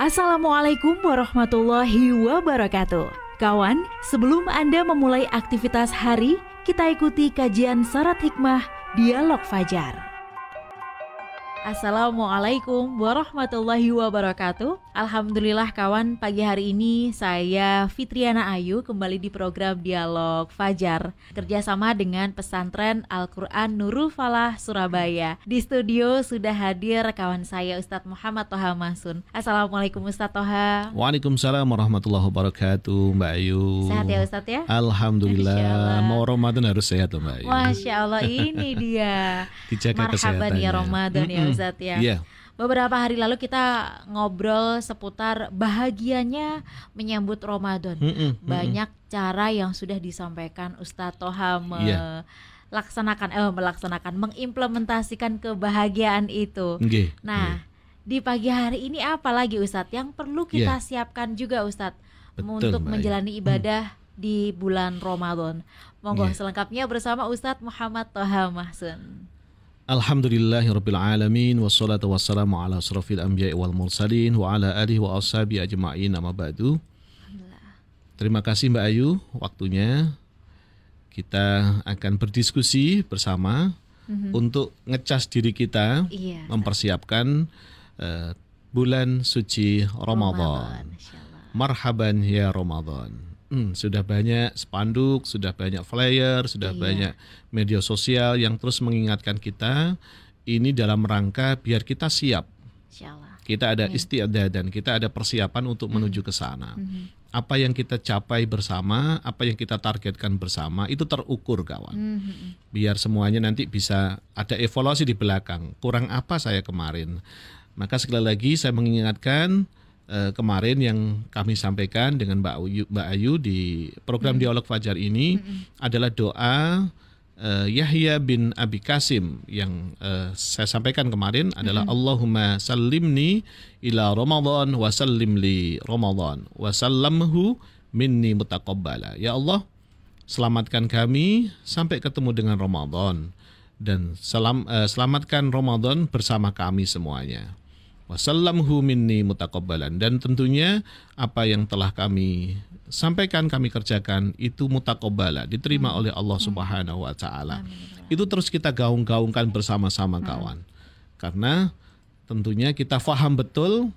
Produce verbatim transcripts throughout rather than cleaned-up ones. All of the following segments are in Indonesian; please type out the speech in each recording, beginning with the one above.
Assalamualaikum warahmatullahi wabarakatuh. Kawan, sebelum Anda memulai aktivitas hari, kita ikuti kajian Syarat Hikmah Dialog Fajar. Assalamualaikum warahmatullahi wabarakatuh. Alhamdulillah kawan, pagi hari ini saya Fitriana Ayu kembali di program Dialog Fajar kerjasama dengan Pesantren Al-Quran Nurul Falah Surabaya. Di studio sudah hadir kawan saya Ustadz Muhammad Toha Masun. Assalamualaikum Ustadz Toha. Waalaikumsalam warahmatullahi wabarakatuh Mbak Ayu. Sehat ya Ustadz ya? Alhamdulillah. Mau Ramadan harus sehat loh Mbak Ayu. Masya Allah, ini dia. Dijaga Marhaban ya Ramadan ya Ustadz ya. Yeah. Beberapa hari lalu kita ngobrol seputar bahagianya menyambut Ramadan. Mm-mm, Banyak mm-mm. cara yang sudah disampaikan Ustadz Toha melaksanakan, yeah. eh, melaksanakan, mengimplementasikan kebahagiaan itu. Okay. Nah, yeah. di pagi hari ini apa lagi Ustadz yang perlu kita yeah. siapkan juga Ustadz Betul, untuk Mbak menjalani ibadah hmm. di bulan Ramadan. Monggo yeah. selengkapnya bersama Ustadz Muhammad Toha Masun. Alhamdulillahirabbil alamin wassalatu wassalamu ala asrofil anbiya'i wal mursalin wa ala alihi wa ashabi ajma'in amma ba'du. Terima kasih Mbak Ayu waktunya. Kita akan berdiskusi bersama mm-hmm. untuk ngecas diri kita, iya, mempersiapkan uh, bulan suci Ramadan. Marhaban ya Ramadan. Hmm, sudah banyak spanduk, sudah banyak flyer, sudah iya. banyak media sosial yang terus mengingatkan kita ini dalam rangka biar kita siap. Insyaallah. Kita ada istiadah dan kita ada persiapan untuk mm-hmm. menuju ke sana. Mm-hmm. Apa yang kita capai bersama, apa yang kita targetkan bersama itu terukur kawan. Mm-hmm. Biar semuanya nanti bisa ada evaluasi di belakang. Kurang apa saya kemarin? Maka sekali lagi saya mengingatkan kemarin yang kami sampaikan dengan Mbak Ayu, Mbak Ayu di program mm-hmm. Dialog Fajar ini mm-hmm. adalah doa uh, Yahya bin Abi Qasim yang uh, saya sampaikan kemarin adalah mm-hmm. Allahumma sallimni ila Ramadan wa sallim li Ramadan wa sallamhu minni mutaqabbala. Ya Allah, selamatkan kami sampai ketemu dengan Ramadan dan selam, uh, selamatkan Ramadan bersama kami semuanya. Wasallamhu minni mutaqabbalan, dan tentunya apa yang telah kami sampaikan, kami kerjakan itu mutaqabbala, diterima hmm. oleh Allah Subhanahu wa taala. Itu terus kita gaung-gaungkan bersama-sama kawan. Hmm. Karena tentunya kita faham betul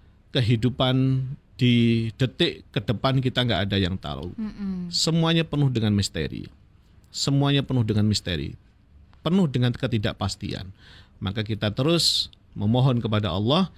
kehidupan di detik ke depan kita nggak ada yang tahu. Hmm. Semuanya penuh dengan misteri. Semuanya penuh dengan misteri. Penuh dengan ketidakpastian. Maka kita terus memohon kepada Allah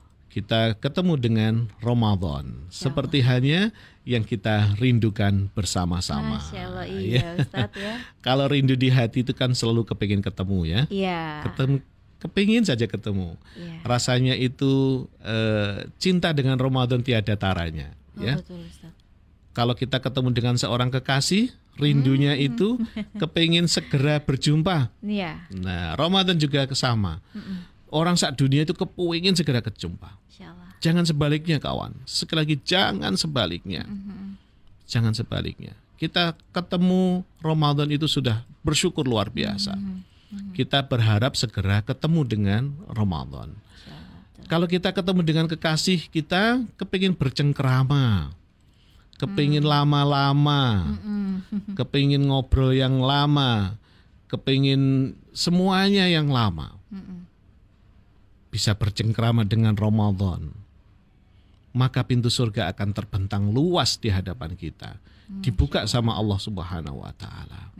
kita ketemu dengan Ramadan seperti halnya yang kita rindukan bersama-sama. Masya Allah, iya Ustadz ya. Kalau rindu di hati itu kan selalu kepingin ketemu ya. Iya. Ketemu, kepingin saja ketemu. Iya. Rasanya itu eh, cinta dengan Ramadan tiada taranya. Oh, ya. Betul Ustadz. Kalau kita ketemu dengan seorang kekasih, rindunya hmm. itu kepingin segera berjumpa. Iya. Nah, Ramadan juga sama. Hmm. Orang saat dunia itu kepingin segera kejumpa. Jangan sebaliknya kawan. Sekali lagi jangan sebaliknya. Mm-hmm. Jangan sebaliknya. Kita ketemu Ramadan itu sudah bersyukur luar biasa. Mm-hmm. Kita berharap segera ketemu dengan Ramadan. Kalau kita ketemu dengan kekasih kita, kepingin bercengkrama, kepingin mm. lama-lama, mm-hmm. kepingin ngobrol yang lama, kepingin semuanya yang lama. Mm-hmm. Bisa bercengkrama dengan Ramadan, maka pintu surga akan terbentang luas di hadapan kita, dibuka sama Allah Subhanahu wa taala.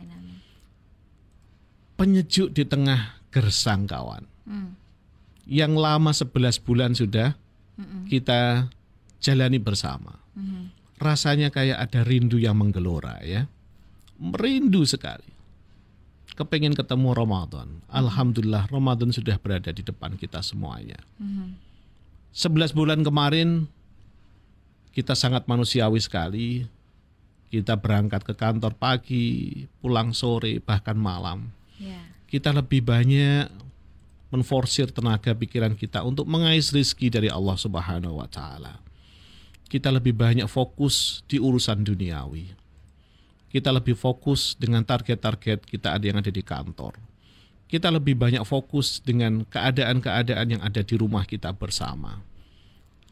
Penyejuk di tengah gersang kawan. Hmm. Yang lama sebelas bulan sudah hmm. kita jalani bersama. Hmm. Rasanya kayak ada rindu yang menggelora ya. Merindu sekali. Kepingin ketemu Ramadan. Alhamdulillah Ramadan sudah berada di depan kita semuanya. Mm-hmm. sebelas bulan kemarin kita sangat manusiawi sekali. Kita berangkat ke kantor pagi, pulang sore, bahkan malam. Yeah. Kita lebih banyak menforsir tenaga pikiran kita untuk mengais rezeki dari Allah Subhanahu wa taala. Kita lebih banyak fokus di urusan duniawi. Kita lebih fokus dengan target-target kita ada yang ada di kantor. Kita lebih banyak fokus dengan keadaan-keadaan yang ada di rumah kita bersama.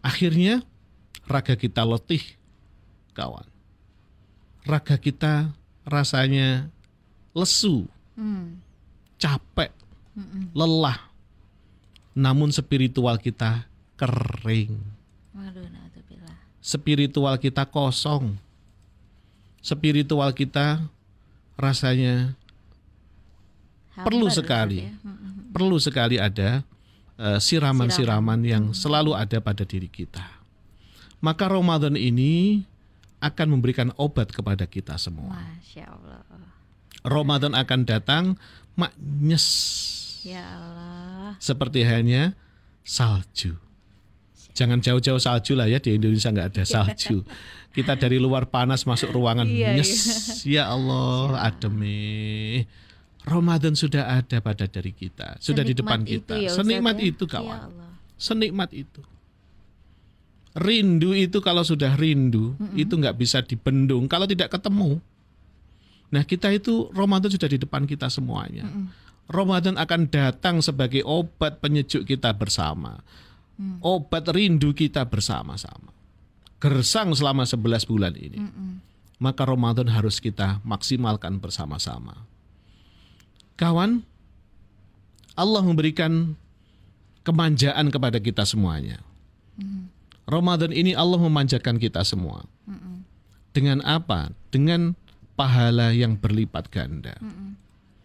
Akhirnya raga kita letih, kawan. Raga kita rasanya lesu, Hmm. capek, Mm-mm. lelah. Namun spiritual kita kering. Waduh, na'udzubillah. Spiritual kita kosong. Spiritual kita rasanya Hambar perlu Ustaz sekali. ya. Mm-mm. Perlu sekali ada eh, siraman-siraman yang selalu ada pada diri kita. Maka Ramadan ini akan memberikan obat kepada kita semua. Masya Allah. Ramadan akan datang maknyes Ya Allah. seperti hanya salju. Jangan jauh-jauh salju lah ya, di Indonesia nggak ada salju. Kita dari luar panas masuk ruangan, Iya, nyes. Ya Allah, ademi. Ramadan sudah ada pada diri kita, sudah di Senikmat depan itu kita. ya, Ustaz Senikmat ya? itu Ya kawan, Allah. senikmat itu. Rindu itu kalau sudah rindu, Mm-mm. itu nggak bisa dibendung kalau tidak ketemu. Nah kita itu Ramadan sudah di depan kita semuanya. Mm-mm. Ramadan akan datang sebagai obat penyejuk kita bersama. Mm. Obat rindu kita bersama-sama. Gersang selama sebelas bulan ini. Mm-mm. Maka Ramadan harus kita maksimalkan bersama-sama. Kawan, Allah memberikan kemanjaan kepada kita semuanya. Mm. Ramadan ini Allah memanjakan kita semua. Mm-mm. Dengan apa? Dengan pahala yang berlipat ganda. Mm-mm.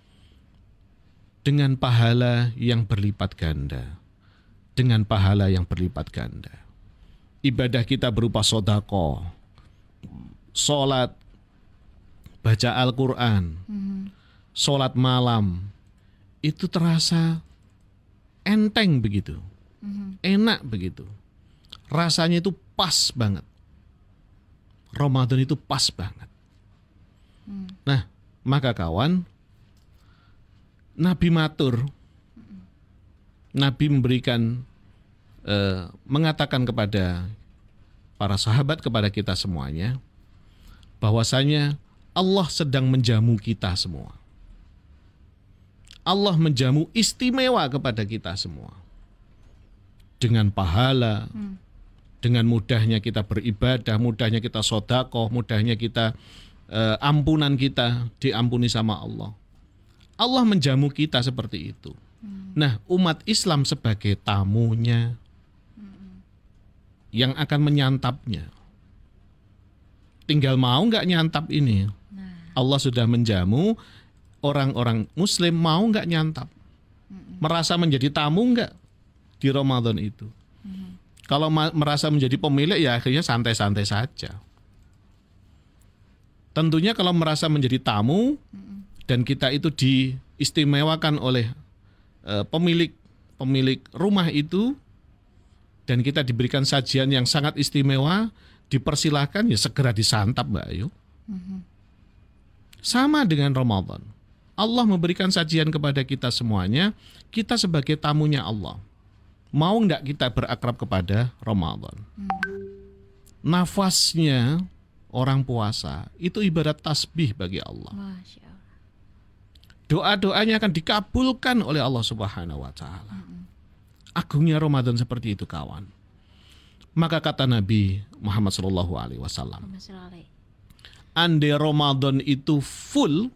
Dengan pahala yang berlipat ganda. Dengan pahala yang berlipat ganda. Ibadah kita berupa sodako, sholat, baca Al-Quran, Mm. sholat malam, itu terasa enteng begitu, Mm. enak begitu. Rasanya itu pas banget. Ramadan itu pas banget. Mm. Nah, maka kawan, Nabi matur, Nabi memberikan, eh, mengatakan kepada para sahabat, kepada kita semuanya, bahwasanya Allah sedang menjamu kita semua. Allah menjamu istimewa kepada kita semua. Dengan pahala, Mm. dengan mudahnya kita beribadah, mudahnya kita sodakoh, mudahnya kita eh, ampunan kita diampuni sama Allah. Allah menjamu kita seperti itu. Nah, umat Islam sebagai tamunya yang akan menyantapnya. Tinggal mau nggak nyantap ini. Nah. Allah sudah menjamu orang-orang Muslim, mau nggak nyantap. Merasa menjadi tamu nggak di Ramadan itu. Kalau ma- merasa menjadi pemilik ya akhirnya santai-santai saja. Tentunya kalau merasa menjadi tamu dan kita itu diistimewakan oleh eh, pemilik pemilik rumah itu dan kita diberikan sajian yang sangat istimewa, dipersilahkan ya segera disantap Mbak Ayu. Sama dengan Ramadan. Allah memberikan sajian kepada kita semuanya, kita sebagai tamunya Allah. Mau enggak kita berakrab kepada Ramadan? Nafasnya orang puasa itu ibarat tasbih bagi Allah. Masya Allah. Doa-doanya akan dikabulkan oleh Allah Subhanahu wa taala. Agungnya Ramadan seperti itu kawan. Maka kata Nabi Muhammad sallallahu alaihi wasallam, Masya Allah. andai Ramadan itu full,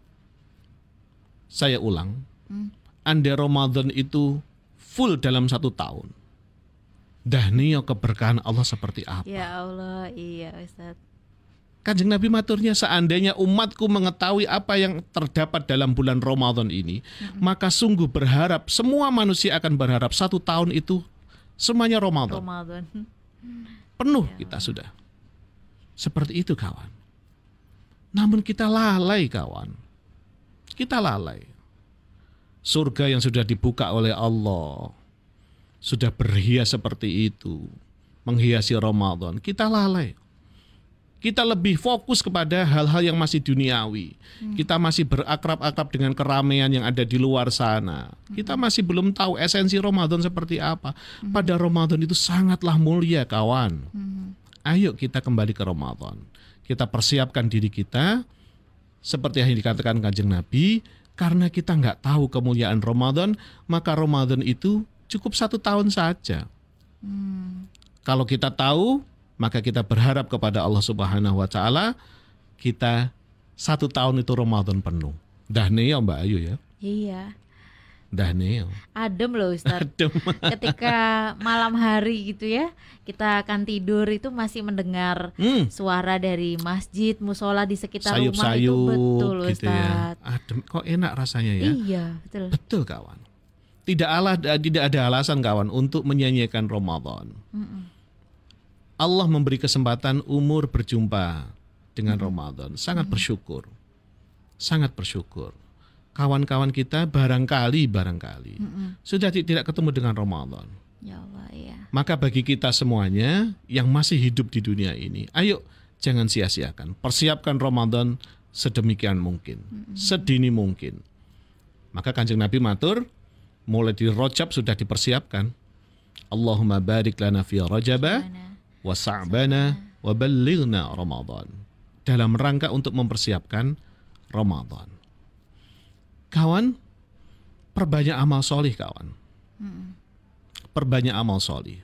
saya ulang, Hmm. andai Ramadan itu full dalam satu tahun, dah niyo keberkahan Allah seperti apa? Ya Allah, iya Ustaz. Kanjeng Nabi maturnya, seandainya umatku mengetahui apa yang terdapat dalam bulan Ramadan ini, maka sungguh berharap, semua manusia akan berharap satu tahun itu semuanya Ramadan. Ramadan. Penuh kita sudah. Seperti itu kawan. Namun kita lalai kawan. Kita lalai. Surga yang sudah dibuka oleh Allah sudah berhias seperti itu, menghiasi Ramadan. Kita lalai. Kita lebih fokus kepada hal-hal yang masih duniawi. Kita masih berakrab-akrab dengan keramaian yang ada di luar sana. Kita masih belum tahu esensi Ramadan seperti apa. Pada Ramadan itu sangatlah mulia kawan. Ayo kita kembali ke Ramadan. Kita persiapkan diri kita seperti yang dikatakan Kanjeng Nabi. Karena kita nggak tahu kemuliaan Ramadan, maka Ramadan itu cukup satu tahun saja. Hmm. Kalau kita tahu, maka kita berharap kepada Allah Subhanahu wa taala kita satu tahun itu Ramadan penuh. Dah neo Mbak Ayu ya. Iya. Dah neo. Adem loh Ustaz. Adem. Ketika malam hari gitu ya, kita akan tidur itu masih mendengar hmm. suara dari masjid, musola di sekitar sayup, rumah sayup, itu betul gitu Ustaz. Ya. Adem, kok enak rasanya ya? Iya, betul. Betul kawan. Tidak ala, tidak ada alasan kawan untuk menyanyiakan Ramadan. Mm-mm. Allah memberi kesempatan umur berjumpa dengan mm-hmm. Ramadan. Sangat mm-hmm. bersyukur. Sangat bersyukur. Kawan-kawan kita barangkali barangkali mm-hmm. sudah tidak ketemu dengan Ramadan. Ya Allah, ya. Maka bagi kita semuanya yang masih hidup di dunia ini, ayo jangan sia-siakan. Persiapkan Ramadan sedemikian mungkin, mm-hmm. sedini mungkin. Maka Kanjeng Nabi matur, mulai di Rajab sudah dipersiapkan. Allahumma barik lana fi Rajaba wa Sa'bana wa ballighna Ramadan. Dalam rangka untuk mempersiapkan Ramadan. Kawan, perbanyak amal solih kawan. Hmm. Perbanyak amal solih.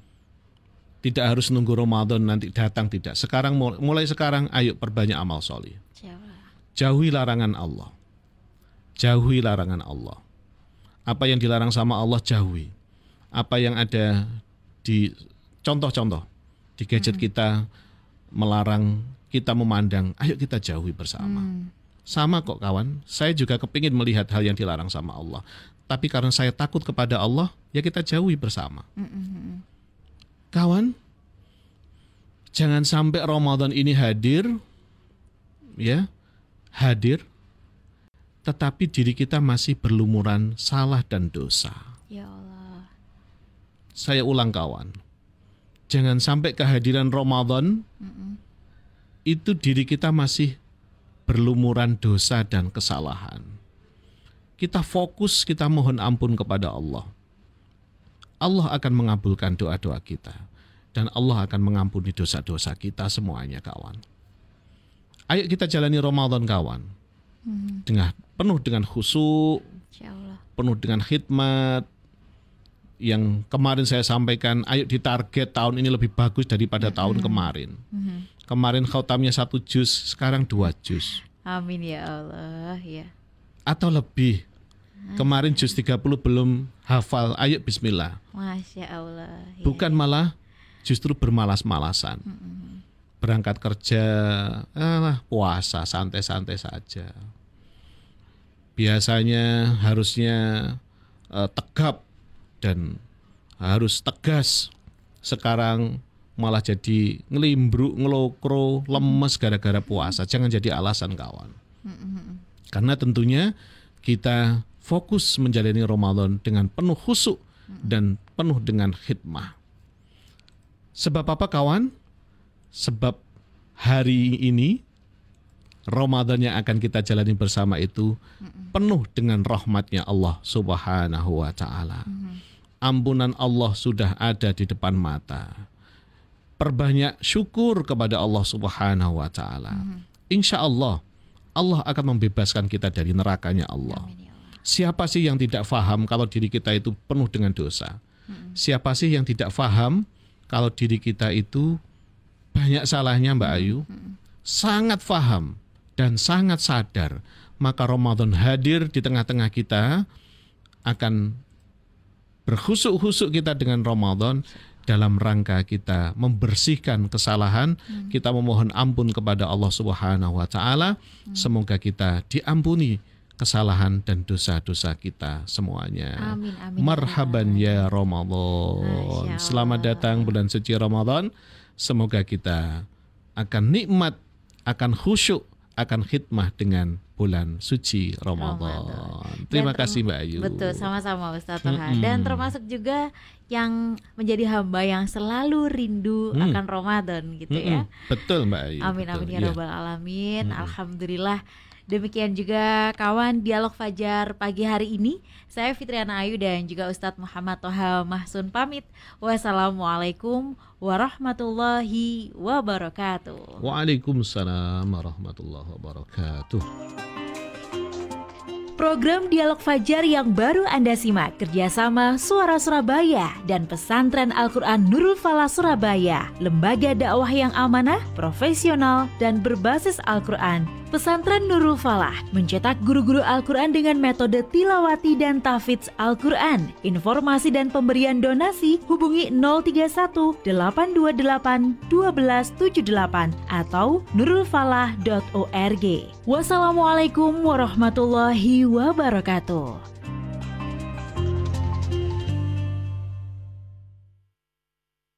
Tidak harus nunggu Ramadan nanti datang, tidak. Sekarang mulai sekarang ayo perbanyak amal solih. Jauhi larangan Allah. Jauhi larangan Allah. Apa yang dilarang sama Allah jauhi. Apa yang ada di contoh-contoh di gadget hmm. kita melarang kita memandang, ayo kita jauhi bersama. Hmm. Sama kok kawan, saya juga kepingin melihat hal yang dilarang sama Allah. Tapi karena saya takut kepada Allah, ya kita jauhi bersama. Hmm. Kawan, jangan sampai Ramadan ini hadir, ya, hadir, tetapi diri kita masih berlumuran salah dan dosa. Ya Allah. Saya ulang kawan, jangan sampai kehadiran Ramadan Mm-mm. itu diri kita masih berlumuran dosa dan kesalahan. Kita fokus, kita mohon ampun kepada Allah. Allah akan mengabulkan doa-doa kita. Dan Allah akan mengampuni dosa-dosa kita semuanya kawan. Ayo kita jalani Ramadan kawan. Hmm. Dengan penuh dengan khusyuk, penuh dengan khidmat. Yang kemarin saya sampaikan, ayo ditarget tahun ini lebih bagus daripada hmm. tahun kemarin. Hmm. Kemarin khotamnya satu juz, sekarang dua juz. Amin ya Allah ya. Atau lebih. Kemarin juz tiga puluh belum hafal, ayo bismillah. Masya Allah ya. Bukan malah justru bermalas-malasan. Hmm. Berangkat kerja, alah, puasa, santai-santai saja. Biasanya harusnya uh, tegap dan harus tegas. Sekarang malah jadi ngelimbruk, ngelokro, lemes gara-gara puasa. Jangan jadi alasan kawan. Karena tentunya kita fokus menjalani Ramadan dengan penuh khusyuk dan penuh dengan khidmah. Sebab apa kawan? Sebab hari ini Ramadan yang akan kita jalani bersama itu penuh dengan rahmatnya Allah Subhanahu wa ta'ala. Ampunan Allah sudah ada di depan mata. Perbanyak syukur kepada Allah Subhanahu wa ta'ala. Insya Allah, Allah akan membebaskan kita dari nerakanya Allah. Siapa sih yang tidak faham kalau diri kita itu penuh dengan dosa? Siapa sih yang tidak faham kalau diri kita itu banyak salahnya Mbak Ayu? Sangat faham dan sangat sadar. Maka Ramadan hadir di tengah-tengah kita, akan berkhusuk-khusuk kita dengan Ramadan dalam rangka kita membersihkan kesalahan, hmm. kita memohon ampun kepada Allah Subhanahu wa ta'ala. Hmm. Semoga kita diampuni kesalahan dan dosa-dosa kita semuanya. Amin, amin. Marhaban ya Ramadan. Selamat datang bulan suci Ramadan. Semoga kita akan nikmat, akan khusyuk, akan khidmah dengan bulan suci Ramadan. Ramadan. Terima Dan, kasih Mbak Ayu. Betul, sama-sama Ustaz Toha. Hmm. Dan termasuk juga yang menjadi hamba yang selalu rindu hmm. akan Ramadan gitu hmm. ya. Betul Mbak Ayu. Amin betul. amin ya, ya. Rabbal alamin. Hmm. Alhamdulillah. Demikian juga kawan Dialog Fajar pagi hari ini. Saya Fitriana Ayu dan juga Ustadz Muhammad Toha Mahsun pamit. Wassalamualaikum warahmatullahi wabarakatuh. Waalaikumsalam warahmatullahi wabarakatuh. Program Dialog Fajar yang baru Anda simak kerjasama Suara Surabaya dan Pesantren Al-Quran Nurul Falah Surabaya, lembaga dakwah yang amanah, profesional, dan berbasis Al-Quran. Pesantren Nurul Falah mencetak guru-guru Al-Quran dengan metode tilawati dan tahfidz Al-Quran. Informasi dan pemberian donasi hubungi nol tiga satu delapan dua delapan satu dua tujuh delapan atau nurulfalah dot org. Wassalamualaikum warahmatullahi wabarakatuh.